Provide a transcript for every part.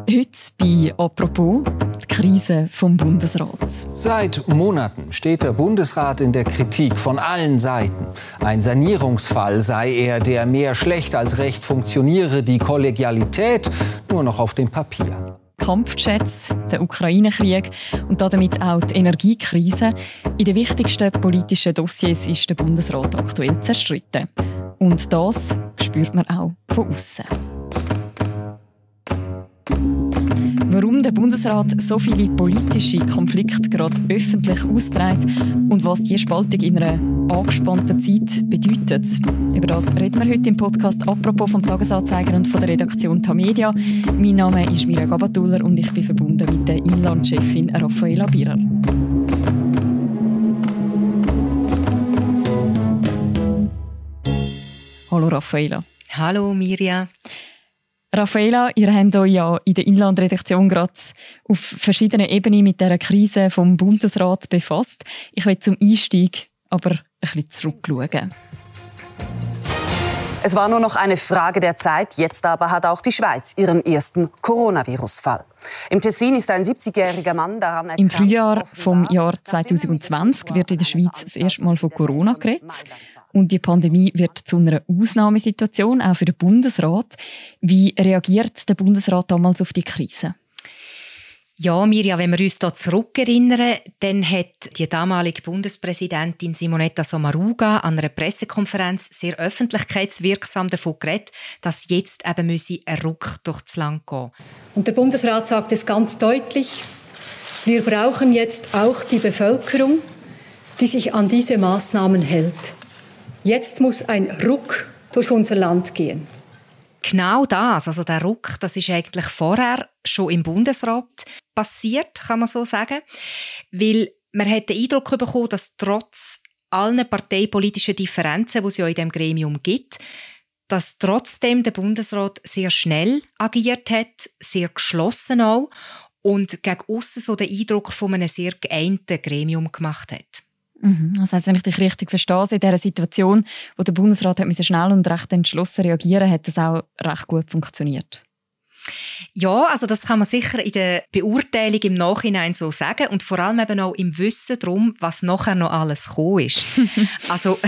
Heute bei «Apropos» die Krise vom Bundesrat. Seit Monaten steht der Bundesrat in der Kritik von allen Seiten. Ein Sanierungsfall sei er, der mehr schlecht als recht funktioniere, die Kollegialität nur noch auf dem Papier. Kampfjets, der Ukraine-Krieg und damit auch die Energiekrise. In den wichtigsten politischen Dossiers ist der Bundesrat aktuell zerstritten. Und das spürt man auch von außen. Warum der Bundesrat so viele politische Konflikte gerade öffentlich austrägt und was diese Spaltung in einer angespannten Zeit bedeutet. Über das reden wir heute im Podcast «Apropos» vom Tagesanzeiger und von der Redaktion Tamedia. Mein Name ist Mirja Gabatuller und ich bin verbunden mit der Inlandchefin Raffaela Bierer. Hallo Raffaela. Hallo Mirja. Raffaela, ihr habt euch ja in der Inlandredaktion gerade auf verschiedenen Ebenen mit dieser Krise vom Bundesrat befasst. Ich will zum Einstieg aber ein bisschen zurückschauen. Es war nur noch eine Frage der Zeit. Jetzt aber hat auch die Schweiz ihren ersten Coronavirus-Fall. Im Tessin ist ein 70-jähriger Mann daran erkrankt. Im Frühjahr vom Jahr 2020 wird in der Schweiz das erste Mal von Corona geredet. Und die Pandemie wird zu einer Ausnahmesituation, auch für den Bundesrat. Wie reagiert der Bundesrat damals auf die Krise? Ja, Mirja, wenn wir uns da zurückerinnern, dann hat die damalige Bundespräsidentin Simonetta Sommaruga an einer Pressekonferenz sehr öffentlichkeitswirksam davon geredet, dass jetzt eben ein Ruck durch das Land gehen. Und der Bundesrat sagt es ganz deutlich, wir brauchen jetzt auch die Bevölkerung, die sich an diese Maßnahmen hält. Jetzt muss ein Ruck durch unser Land gehen. Genau das, also der Ruck, das ist eigentlich vorher schon im Bundesrat passiert, kann man so sagen. Weil man hat den Eindruck bekommen, dass trotz allen parteipolitischen Differenzen, die es ja in diesem Gremium gibt, dass trotzdem der Bundesrat sehr schnell agiert hat, sehr geschlossen auch und gegen aussen so den Eindruck von einem sehr geeinten Gremium gemacht hat. Das heisst, wenn ich dich richtig verstehe, in dieser Situation, wo der Bundesrat schnell und recht entschlossen reagieren, hat das auch recht gut funktioniert. Ja, also das kann man sicher in der Beurteilung im Nachhinein so sagen und vor allem eben auch im Wissen darum, was nachher noch alles gekommen ist. Also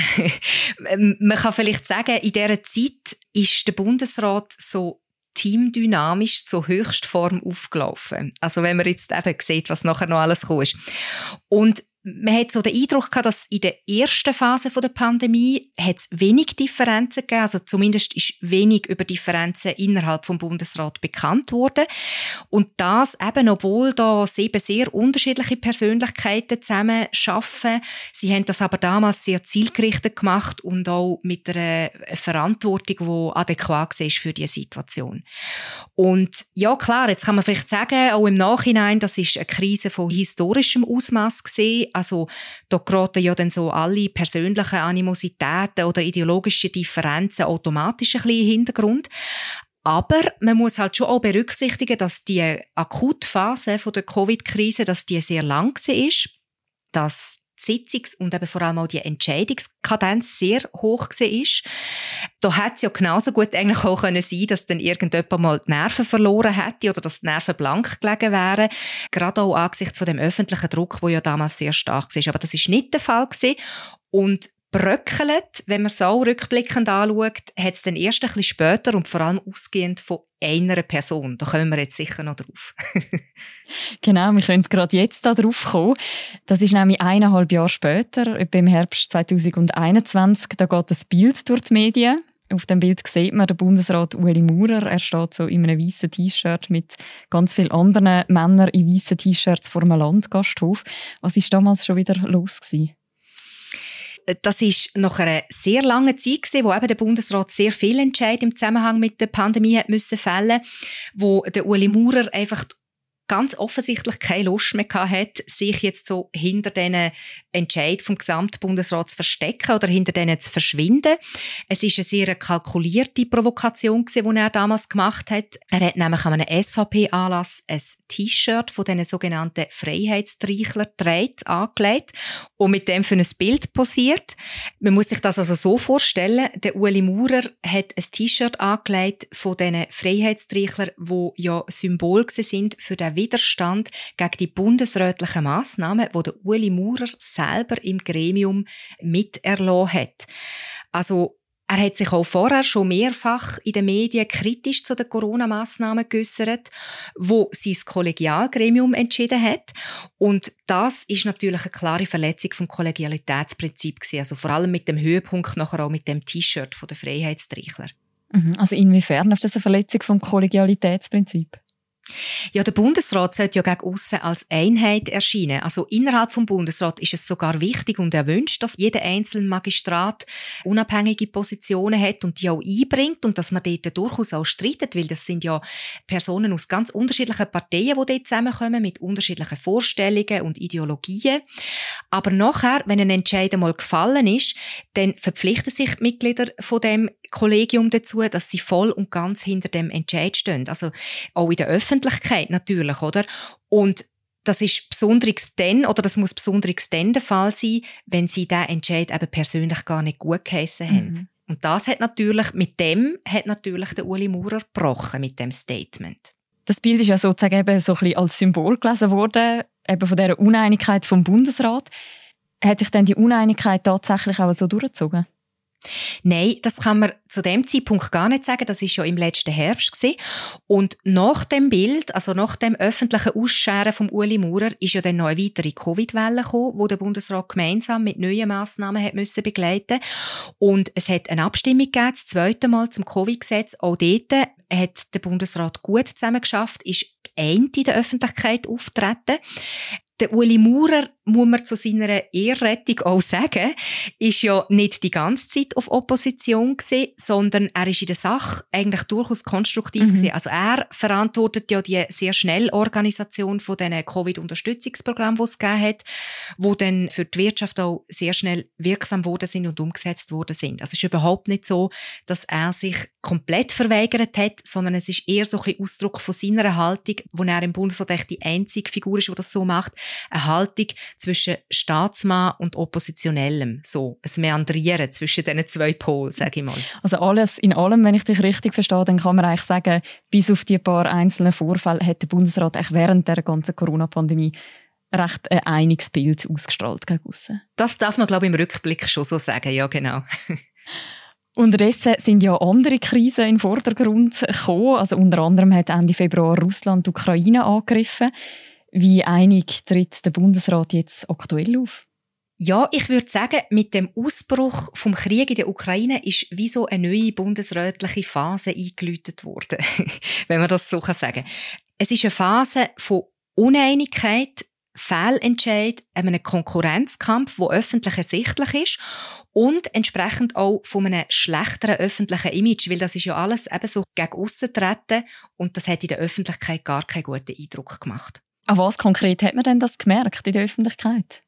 man kann vielleicht sagen, in dieser Zeit ist der Bundesrat so teamdynamisch zur Höchstform aufgelaufen. Also wenn man jetzt eben sieht, was nachher noch alles gekommen ist. Und man hat so den Eindruck gehabt, dass in der ersten Phase der Pandemie hat es wenig Differenzen gegeben. Also zumindest ist wenig über Differenzen innerhalb des Bundesrats bekannt worden. Und das eben, obwohl da 7 sehr unterschiedliche Persönlichkeiten zusammen arbeiten. Sie haben das aber damals sehr zielgerichtet gemacht und auch mit einer Verantwortung, die adäquat war für diese Situation. Und ja, klar, jetzt kann man vielleicht sagen, auch im Nachhinein, das ist eine Krise von historischem Ausmaß gewesen. Also da geraten ja dann so alle persönlichen Animositäten oder ideologischen Differenzen automatisch ein bisschen in den Hintergrund. Aber man muss halt schon auch berücksichtigen, dass die Akutphase der Covid-Krise, dass die sehr lang war, dass die Sitzungs- und eben vor allem auch die Entscheidungskadenz sehr hoch war. Da hätte es ja genauso gut eigentlich auch sein können, dass dann irgendjemand mal die Nerven verloren hätte oder dass die Nerven blank gelegen wären. Gerade auch angesichts von dem öffentlichen Druck, der ja damals sehr stark war. Aber das war nicht der Fall gewesen. Und bröckelt, wenn man es auch rückblickend anschaut, hat es dann erst ein bisschen später und vor allem ausgehend von einer Person. Da kommen wir jetzt sicher noch drauf. Genau, wir können gerade jetzt da drauf kommen. Das ist nämlich 1,5 Jahre später, etwa im Herbst 2021. Da geht das Bild durch die Medien. Auf dem Bild sieht man den Bundesrat Ueli Maurer. Er steht so in einem weißen T-Shirt mit ganz vielen anderen Männern in weißen T-Shirts vor einem Landgasthof. Was war damals schon wieder los gewesen? Das war nach einer sehr langen Zeit, wo eben der Bundesrat sehr viel Entscheid im Zusammenhang mit der Pandemie hat müssen fällen, wo der Ueli Maurer einfach ganz offensichtlich keine Lust mehr hat, sich jetzt so hinter diesen Entscheid vom Gesamtbundesrat zu verstecken oder hinter denen zu verschwinden. Es ist eine sehr kalkulierte Provokation gewesen, die er damals gemacht hat. Er hat nämlich an einem SVP-Anlass ein T-Shirt von diesen sogenannten Freiheitstreichler angelegt und mit dem für ein Bild posiert. Man muss sich das also so vorstellen, der Ueli Maurer hat ein T-Shirt angelegt von diesen Freiheitstreichler, die ja Symbol sind für den Widerstand gegen die bundesrätlichen Massnahmen, die der Ueli Maurer selber im Gremium miterlassen hat. Also er hat sich auch vorher schon mehrfach in den Medien kritisch zu den Corona-Massnahmen geäussert, wo sein Kollegialgremium entschieden hat. Und das ist natürlich eine klare Verletzung vom Kollegialitätsprinzip gewesen. Also vor allem mit dem Höhepunkt nachher auch mit dem T-Shirt von der Freiheitstreichler. Also inwiefern ist das eine Verletzung vom Kollegialitätsprinzip? Ja, der Bundesrat sollte ja gegen aussen als Einheit erscheinen. Also innerhalb vom Bundesrat ist es sogar wichtig und erwünscht, dass jeder einzelne Magistrat unabhängige Positionen hat und die auch einbringt und dass man dort durchaus auch streitet, weil das sind ja Personen aus ganz unterschiedlichen Parteien, die dort zusammenkommen mit unterschiedlichen Vorstellungen und Ideologien. Aber nachher, wenn ein Entscheid einmal gefallen ist, dann verpflichten sich die Mitglieder von dem Kollegium dazu, dass sie voll und ganz hinter dem Entscheid stehen. Also auch in der Öffentlichkeit natürlich, oder? Und das ist besonders dann, oder das muss besonders dann der Fall sein, wenn sie diesen Entscheid eben persönlich gar nicht gut geheissen haben. Und das hat natürlich, der Ueli Maurer gebrochen, mit dem Statement. Das Bild ist ja sozusagen eben so ein bisschen als Symbol gelesen worden, eben von dieser Uneinigkeit vom Bundesrat. Hat sich denn die Uneinigkeit tatsächlich auch so durchgezogen? Nein, das kann man zu dem Zeitpunkt gar nicht sagen. Das war ja im letzten Herbst gewesen. Und nach dem Bild, also nach dem öffentlichen Ausscheren vom Ueli Maurer, ist ja dann noch eine weitere Covid-Welle gekommen, die der Bundesrat gemeinsam mit neuen Massnahmen hat müssen begleiten. Und es hat eine Abstimmung gegeben, das zweite Mal zum Covid-Gesetz. Auch dort hat der Bundesrat gut zusammengeschafft, ist geeint in der Öffentlichkeit auftreten. Der Ueli Maurer, muss man zu seiner Ehrrettung auch sagen, ist ja nicht die ganze Zeit auf Opposition gewesen, sondern er ist in der Sache eigentlich durchaus konstruktiv gewesen. Also er verantwortet ja die sehr schnelle Organisation von diesen Covid-Unterstützungsprogrammen, die es gegeben hat, die dann für die Wirtschaft auch sehr schnell wirksam worden sind und umgesetzt worden sind. Also es ist überhaupt nicht so, dass er sich komplett verweigert hat, sondern es ist eher so ein bisschen Ausdruck von seiner Haltung, wo er im Bundesrat echt die einzige Figur ist, die das so macht. Eine Haltung zwischen Staatsmann und Oppositionellem. So, ein Meandrieren zwischen diesen zwei Polen, sage ich mal. Also alles in allem, wenn ich dich richtig verstehe, dann kann man eigentlich sagen, bis auf die paar einzelnen Vorfälle hat der Bundesrat eigentlich während der ganzen Corona-Pandemie recht ein einiges Bild ausgestrahlt gegen aussen. Das darf man, glaube ich, im Rückblick schon so sagen, ja genau. Unterdessen sind ja andere Krisen in den Vordergrund gekommen. Also unter anderem hat Ende Februar Russland die Ukraine angegriffen. Wie einig tritt der Bundesrat jetzt aktuell auf? Ja, ich würde sagen, mit dem Ausbruch vom Krieg in der Ukraine ist wie so eine neue bundesrätliche Phase eingeläutet worden, wenn man das so sagen kann. Es ist eine Phase von Uneinigkeit, Fehlentscheid, einem Konkurrenzkampf, der öffentlich ersichtlich ist und entsprechend auch von einem schlechteren öffentlichen Image, weil das ist ja alles eben so gegen aussen treten und das hat in der Öffentlichkeit gar keinen guten Eindruck gemacht. An was konkret hat man denn das gemerkt in der Öffentlichkeit?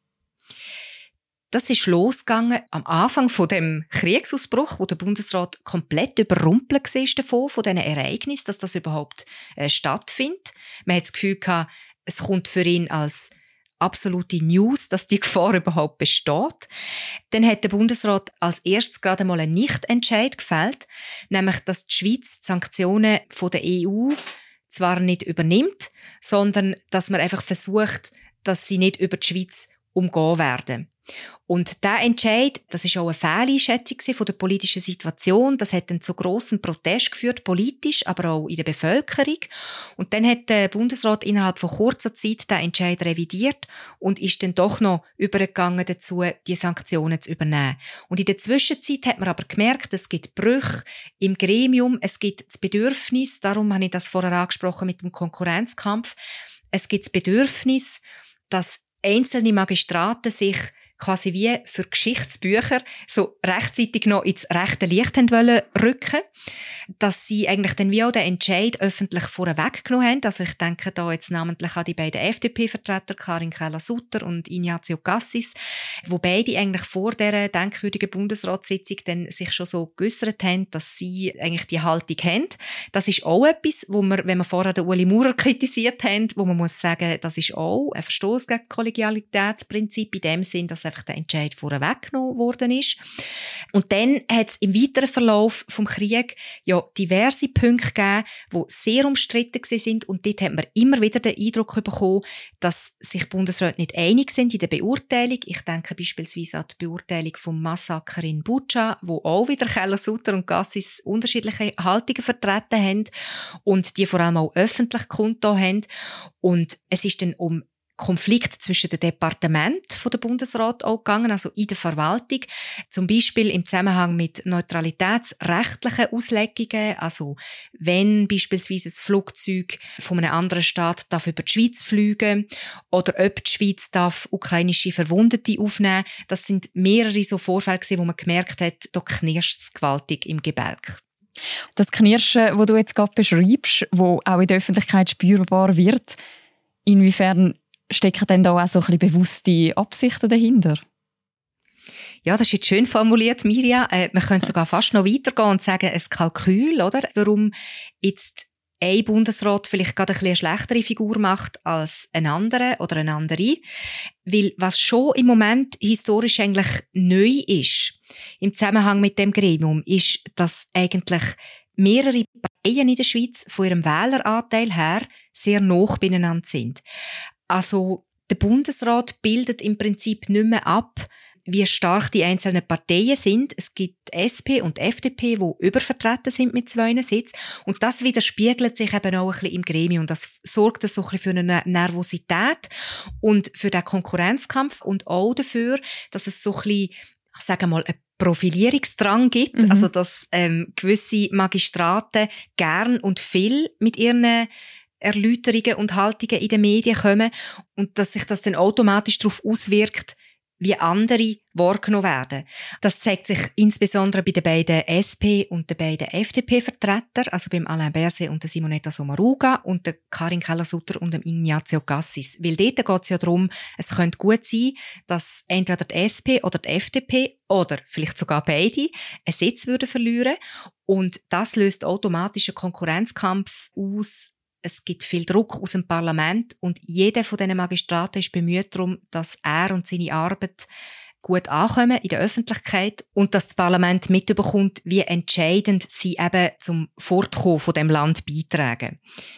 Das ist losgegangen am Anfang von dem Kriegsausbruch, wo der Bundesrat komplett überrumpelt war davon, von diesen Ereignissen, dass das überhaupt stattfindet. Man hat das Gefühl gehabt, es kommt für ihn als absolute News, dass die Gefahr überhaupt besteht. Dann hat der Bundesrat als erstes gerade mal einen Nichtentscheid gefällt, nämlich, dass die Schweiz die Sanktionen von der EU zwar nicht übernimmt, sondern dass man einfach versucht, dass sie nicht über die Schweiz umgehen werden. Und dieser Entscheid, das ist auch eine Fehleinschätzung von der politischen Situation. Das hat dann zu grossem Protest geführt, politisch, aber auch in der Bevölkerung. Und dann hat der Bundesrat innerhalb von kurzer Zeit den Entscheid revidiert und ist dann doch noch übergegangen dazu, die Sanktionen zu übernehmen. Und in der Zwischenzeit hat man aber gemerkt, es gibt Brüche im Gremium, es gibt das Bedürfnis, darum habe ich das vorher angesprochen mit dem Konkurrenzkampf, es gibt das Bedürfnis, dass einzelne Magistraten sich quasi wie für Geschichtsbücher so rechtzeitig noch ins rechte Licht wollen rücken, dass sie eigentlich dann wie auch den Entscheid öffentlich vorweggenommen haben. Also ich denke da jetzt namentlich an die beiden FDP-Vertreter, Karin Keller-Sutter und Ignazio Cassis, wo beide eigentlich vor dieser denkwürdigen Bundesratssitzung dann sich schon so geäussert haben, dass sie eigentlich die Haltung haben. Das ist auch etwas, wo wir, wenn wir vorher den Ueli Maurer kritisiert haben, wo man muss sagen, das ist auch ein Verstoß gegen das Kollegialitätsprinzip in dem Sinn, dass einfach der Entscheid vorweggenommen worden ist. Und dann hat es im weiteren Verlauf vom Krieg ja diverse Punkte gegeben, die sehr umstritten sind, und dort hat man immer wieder den Eindruck bekommen, dass sich Bundesräte nicht einig sind in der Beurteilung. Ich denke beispielsweise an die Beurteilung vom Massaker in Butscha, wo auch wieder Keller-Sutter und Cassis unterschiedliche Haltungen vertreten haben und die vor allem auch öffentlich kundgetan haben. Und es ist dann um Konflikt zwischen den Departementen von der Bundesrat auch gegangen, also in der Verwaltung. Zum Beispiel im Zusammenhang mit neutralitätsrechtlichen Auslegungen, also wenn beispielsweise ein Flugzeug von einem anderen Staat darf über die Schweiz fliegen oder ob die Schweiz darf ukrainische Verwundete aufnehmen. Das sind mehrere so Vorfälle gewesen, wo man gemerkt hat, da knirscht es gewaltig im Gebälk. Das Knirschen, das du jetzt gerade beschreibst, wo auch in der Öffentlichkeit spürbar wird, inwiefern stecken denn da auch so ein bisschen bewusste Absichten dahinter? Ja, das ist jetzt schön formuliert, Mirja. Man könnte sogar fast noch weitergehen und sagen, ein Kalkül, oder? Warum jetzt ein Bundesrat vielleicht gerade ein bisschen eine schlechtere Figur macht als ein anderer oder eine andere. Weil was schon im Moment historisch eigentlich neu ist, im Zusammenhang mit dem Gremium, ist, dass eigentlich mehrere Parteien in der Schweiz von ihrem Wähleranteil her sehr nah beieinander sind. Also der Bundesrat bildet im Prinzip nicht mehr ab, wie stark die einzelnen Parteien sind. Es gibt SP und FDP, die übervertreten sind mit 2 Sitzen. Und das widerspiegelt sich eben auch ein bisschen im Gremium. Das sorgt so ein bisschen für eine Nervosität und für den Konkurrenzkampf und auch dafür, dass es so ein bisschen, ich sage mal, einen Profilierungsdrang gibt. Also dass gewisse Magistraten gern und viel mit ihren Erläuterungen und Haltungen in den Medien kommen und dass sich das dann automatisch darauf auswirkt, wie andere wahrgenommen werden. Das zeigt sich insbesondere bei den beiden SP- und den beiden FDP-Vertretern, also beim Alain Berset und der Simonetta Sommaruga und der Karin Keller-Sutter und dem Ignazio Cassis. Weil dort geht es ja darum, es könnte gut sein, dass entweder die SP oder die FDP oder vielleicht sogar beide einen Sitz würden verlieren. Und das löst automatisch einen Konkurrenzkampf aus. Es gibt viel Druck aus dem Parlament und jeder von diesen Magistraten ist bemüht darum, dass er und seine Arbeit gut ankommen in der Öffentlichkeit und dass das Parlament mitbekommt, wie entscheidend sie eben zum Fortkommen von dem Land beitragen.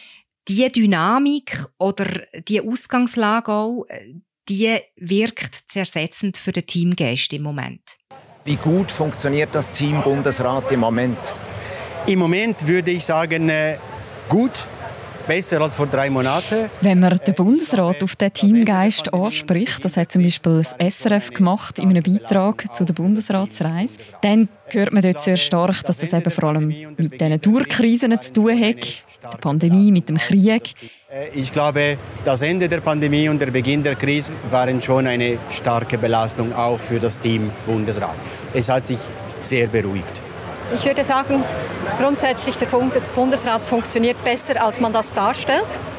Die Dynamik oder die Ausgangslage auch, die wirkt zersetzend für den Teamgeist im Moment. Wie gut funktioniert das Team Bundesrat im Moment? Im Moment würde ich sagen, gut. Besser als vor 3 Monaten. Wenn man den Bundesrat auf den Teamgeist anspricht, das hat zum Beispiel das SRF gemacht in einem Beitrag zu der Bundesratsreise, dann hört man dort sehr stark, dass das eben vor allem mit diesen Durchkrisen zu tun hat, der Pandemie, mit dem Krieg. Ich glaube, das Ende der Pandemie und der Beginn der Krise waren schon eine starke Belastung auch für das Team Bundesrat. Es hat sich sehr beruhigt. Ich würde sagen, grundsätzlich der Bundesrat funktioniert besser, als man das darstellt.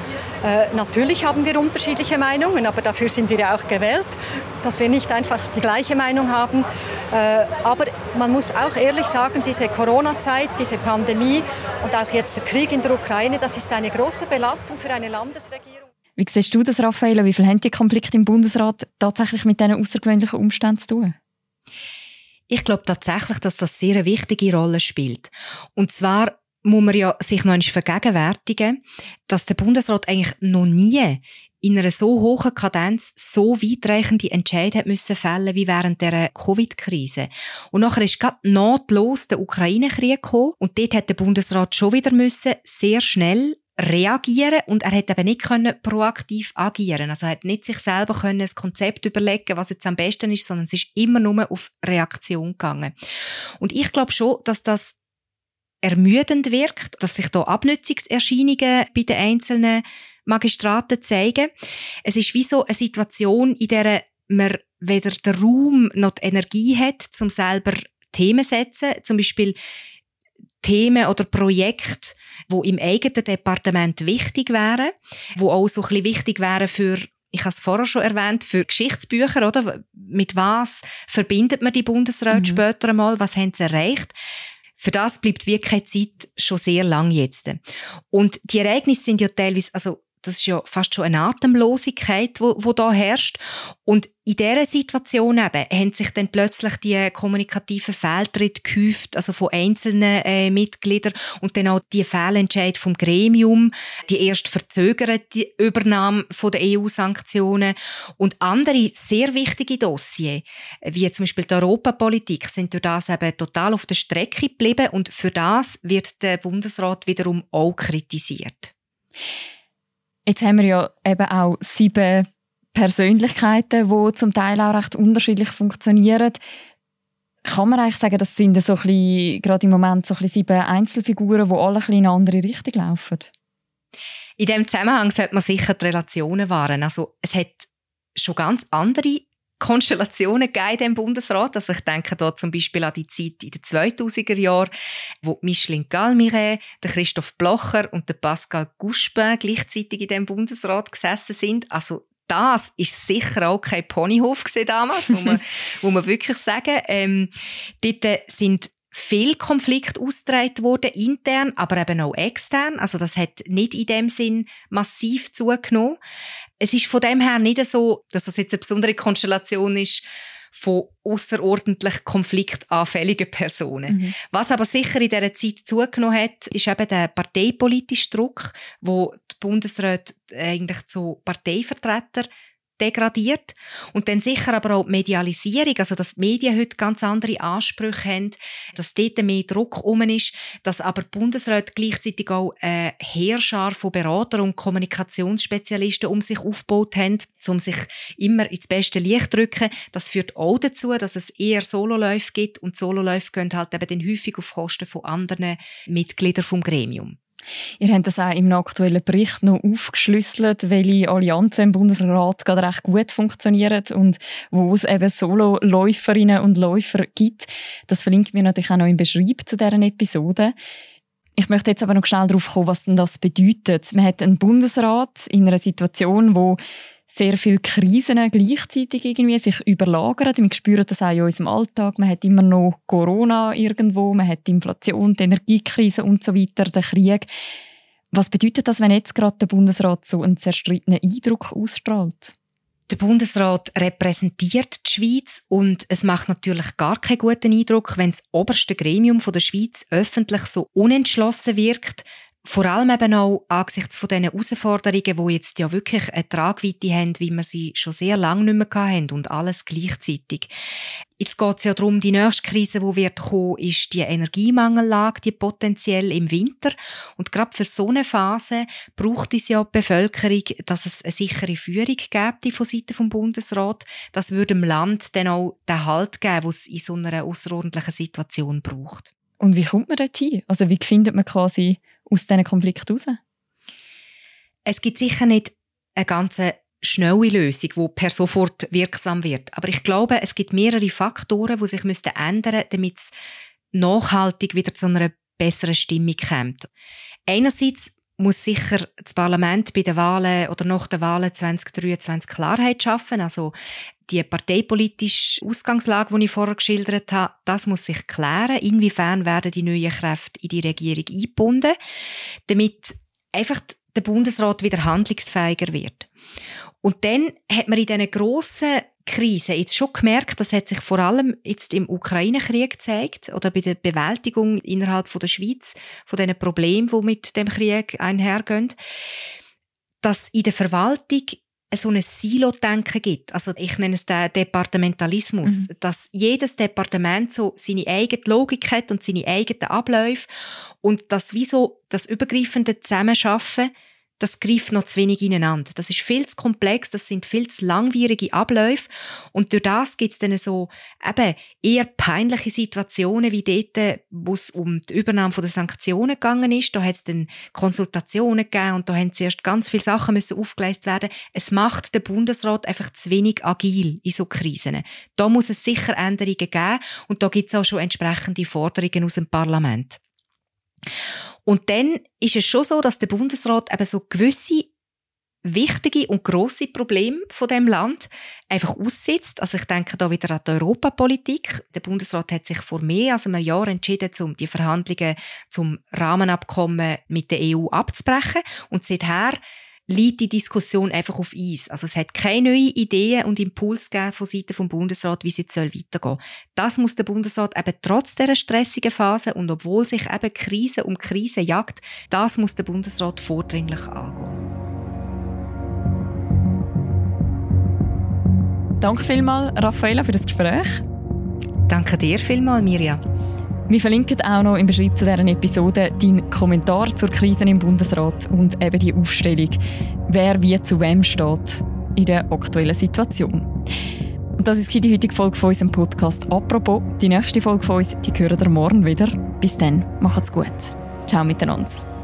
Natürlich haben wir unterschiedliche Meinungen, aber dafür sind wir ja auch gewählt, dass wir nicht einfach die gleiche Meinung haben. Aber man muss auch ehrlich sagen, diese Corona-Zeit, diese Pandemie und auch jetzt der Krieg in der Ukraine, das ist eine große Belastung für eine Landesregierung. Wie siehst du das, Raffaella? Wie viel haben die Konflikte im Bundesrat tatsächlich mit diesen außergewöhnlichen Umständen zu tun? Ich glaube tatsächlich, dass das sehr eine wichtige Rolle spielt. Und zwar muss man ja sich noch einmal vergegenwärtigen, dass der Bundesrat eigentlich noch nie in einer so hohen Kadenz so weitreichende Entscheidungen müssen fällen wie während der Covid-Krise. Und nachher ist gerade nahtlos der Ukraine-Krieg gekommen und dort hat der Bundesrat schon wieder müssen sehr schnell reagieren und er hat eben nicht proaktiv agieren. Also er hat nicht sich selber ein Konzept überlegen, was jetzt am besten ist, sondern es ist immer nur auf Reaktion gegangen. Und ich glaube schon, dass das ermüdend wirkt, dass sich da Abnützungserscheinungen bei den einzelnen Magistraten zeigen. Es ist wie so eine Situation, in der man weder den Raum noch die Energie hat, um selber Themen zu setzen, zum Beispiel Themen oder Projekte, die im eigenen Departement wichtig wären, die auch so ein bisschen wichtig wären für, ich habe es vorher schon erwähnt, für Geschichtsbücher, oder? Mit was verbindet man die Bundesräte später einmal? Was haben sie erreicht? Für das bleibt wirklich keine Zeit schon sehr lang jetzt. Und die Ereignisse sind ja teilweise, also das ist ja fast schon eine Atemlosigkeit, wo da herrscht. Und in dieser Situation eben haben sich dann plötzlich die kommunikativen Fehltritte gehäuft, also von einzelnen Mitgliedern, und dann auch die Fehlentscheid vom Gremium, die erst verzögerte Übernahme von der EU-Sanktionen und andere sehr wichtige Dossiers, wie zum Beispiel die Europapolitik, sind durch das eben total auf der Strecke geblieben, und für das wird der Bundesrat wiederum auch kritisiert. Jetzt haben wir ja eben auch 7 Persönlichkeiten, die zum Teil auch recht unterschiedlich funktionieren. Kann man eigentlich sagen, das sind so ein bisschen, gerade im Moment so ein bisschen 7 Einzelfiguren, die alle ein bisschen in eine andere Richtung laufen? In diesem Zusammenhang sollte man sicher die Relationen wahren. Also es hat schon ganz andere Konstellationen gegeben in diesem Bundesrat. Also ich denke da zum Beispiel an die Zeit in den 2000er Jahren, wo Micheline Galmiret, der Christoph Blocher und der Pascal Gouspin gleichzeitig in diesem Bundesrat gesessen sind. Also das ist sicher auch kein Ponyhof damals, muss man wirklich sagen. Dort sind viel Konflikte ausgetragen worden, intern, aber eben auch extern. Also das hat nicht in dem Sinn massiv zugenommen. Es ist von dem her nicht so, dass das jetzt eine besondere Konstellation ist von ausserordentlich konfliktanfälligen Personen. Was aber sicher in dieser Zeit zugenommen hat, ist eben der parteipolitische Druck, wo die Bundesräte eigentlich zu Parteivertreter degradiert. Und dann sicher aber auch die Medialisierung, also dass die Medien heute ganz andere Ansprüche haben, dass dort mehr Druck rum ist, dass aber die Bundesräte gleichzeitig auch eine Heerschar von Beratern und Kommunikationsspezialisten um sich aufgebaut haben, um sich immer ins beste Licht zu rücken. Das führt auch dazu, dass es eher Sololäufe gibt, und Sololäufe gehen halt eben dann häufig auf Kosten von anderen Mitgliedern vom Gremium. Ihr habt das auch im aktuellen Bericht noch aufgeschlüsselt, welche Allianzen im Bundesrat gerade recht gut funktionieren und wo es eben Solo-Läuferinnen und Läufer gibt. Das verlinken wir natürlich auch noch im Beschreib zu dieser Episode. Ich möchte jetzt aber noch schnell darauf kommen, was denn das bedeutet. Man hat einen Bundesrat in einer Situation, wo sehr viele Krisen gleichzeitig irgendwie sich überlagern. Wir spüren das auch in unserem Alltag. Man hat immer noch Corona irgendwo, man hat die Inflation, die Energiekrise und so weiter, den Krieg. Was bedeutet das, wenn jetzt gerade der Bundesrat so einen zerstrittenen Eindruck ausstrahlt? Der Bundesrat repräsentiert die Schweiz, und es macht natürlich gar keinen guten Eindruck, wenn das oberste Gremium der Schweiz öffentlich so unentschlossen wirkt. Vor allem eben auch angesichts von diesen Herausforderungen, die jetzt ja wirklich eine Tragweite haben, wie wir sie schon sehr lange nicht mehr hatten, und alles gleichzeitig. Jetzt geht es ja darum, die nächste Krise, die wird kommen, ist die Energiemangellage, die potenziell im Winter. Und gerade für so eine Phase braucht es ja die Bevölkerung, dass es eine sichere Führung gibt von Seiten des Bundesrats. Das würde dem Land dann auch den Halt geben, den es in so einer außerordentlichen Situation braucht. Und wie kommt man dorthin? Also wie findet man quasi aus diesen Konflikten raus? Es gibt sicher nicht eine ganz schnelle Lösung, die per sofort wirksam wird. Aber ich glaube, es gibt mehrere Faktoren, die sich ändern müssten, damit es nachhaltig wieder zu einer besseren Stimmung kommt. Einerseits muss sicher das Parlament bei den Wahlen oder nach den Wahlen 2023 Klarheit schaffen. Also die parteipolitische Ausgangslage, die ich vorher geschildert habe, das muss sich klären. Inwiefern werden die neuen Kräfte in die Regierung eingebunden, damit einfach der Bundesrat wieder handlungsfähiger wird. Und dann hat man in diesen grossen Krisen jetzt schon gemerkt, das hat sich vor allem jetzt im Ukraine-Krieg gezeigt oder bei der Bewältigung innerhalb von der Schweiz von diesen Problemen, die mit dem Krieg einhergehen, dass in der Verwaltung so ein Silo-Denken gibt. Also ich nenne es den Departementalismus, dass jedes Departement so seine eigene Logik hat und seine eigenen Abläufe, und dass wie so das übergreifende Zusammenarbeiten das greift noch zu wenig ineinander. Das ist viel zu komplex, das sind viel zu langwierige Abläufe und durch das gibt es dann so eben eher peinliche Situationen wie dort, wo es um die Übernahme der Sanktionen gegangen ist. Da hat es dann Konsultationen gegeben und da haben zuerst ganz viele Sachen müssen aufgeleistet werden. Es macht der Bundesrat einfach zu wenig agil in so Krisen. Da muss es sicher Änderungen geben und da gibt es auch schon entsprechende Forderungen aus dem Parlament. Und dann ist es schon so, dass der Bundesrat eben so gewisse wichtige und grosse Probleme von dem Land einfach aussitzt. Also ich denke da wieder an die Europapolitik. Der Bundesrat hat sich vor mehr als einem Jahr entschieden, um die Verhandlungen zum Rahmenabkommen mit der EU abzubrechen. Und seither liegt die Diskussion einfach auf Eis. Also es hat keine neuen Ideen und Impulse gegeben von Seiten des Bundesrats, wie es jetzt weitergehen soll. Das muss der Bundesrat eben trotz dieser stressigen Phase und obwohl sich eben Krise um Krise jagt, das muss der Bundesrat vordringlich angehen. Danke vielmals, Raffaella, für das Gespräch. Danke dir vielmals, Mirja. Wir verlinken auch noch im Beschreibung zu dieser Episode deinen Kommentar zur Krise im Bundesrat und eben die Aufstellung, wer wie zu wem steht in der aktuellen Situation. Und das war die heutige Folge von unserem Podcast «Apropos». Die nächste Folge von uns, die hören ihr morgen wieder. Bis dann, macht's gut. Ciao miteinander.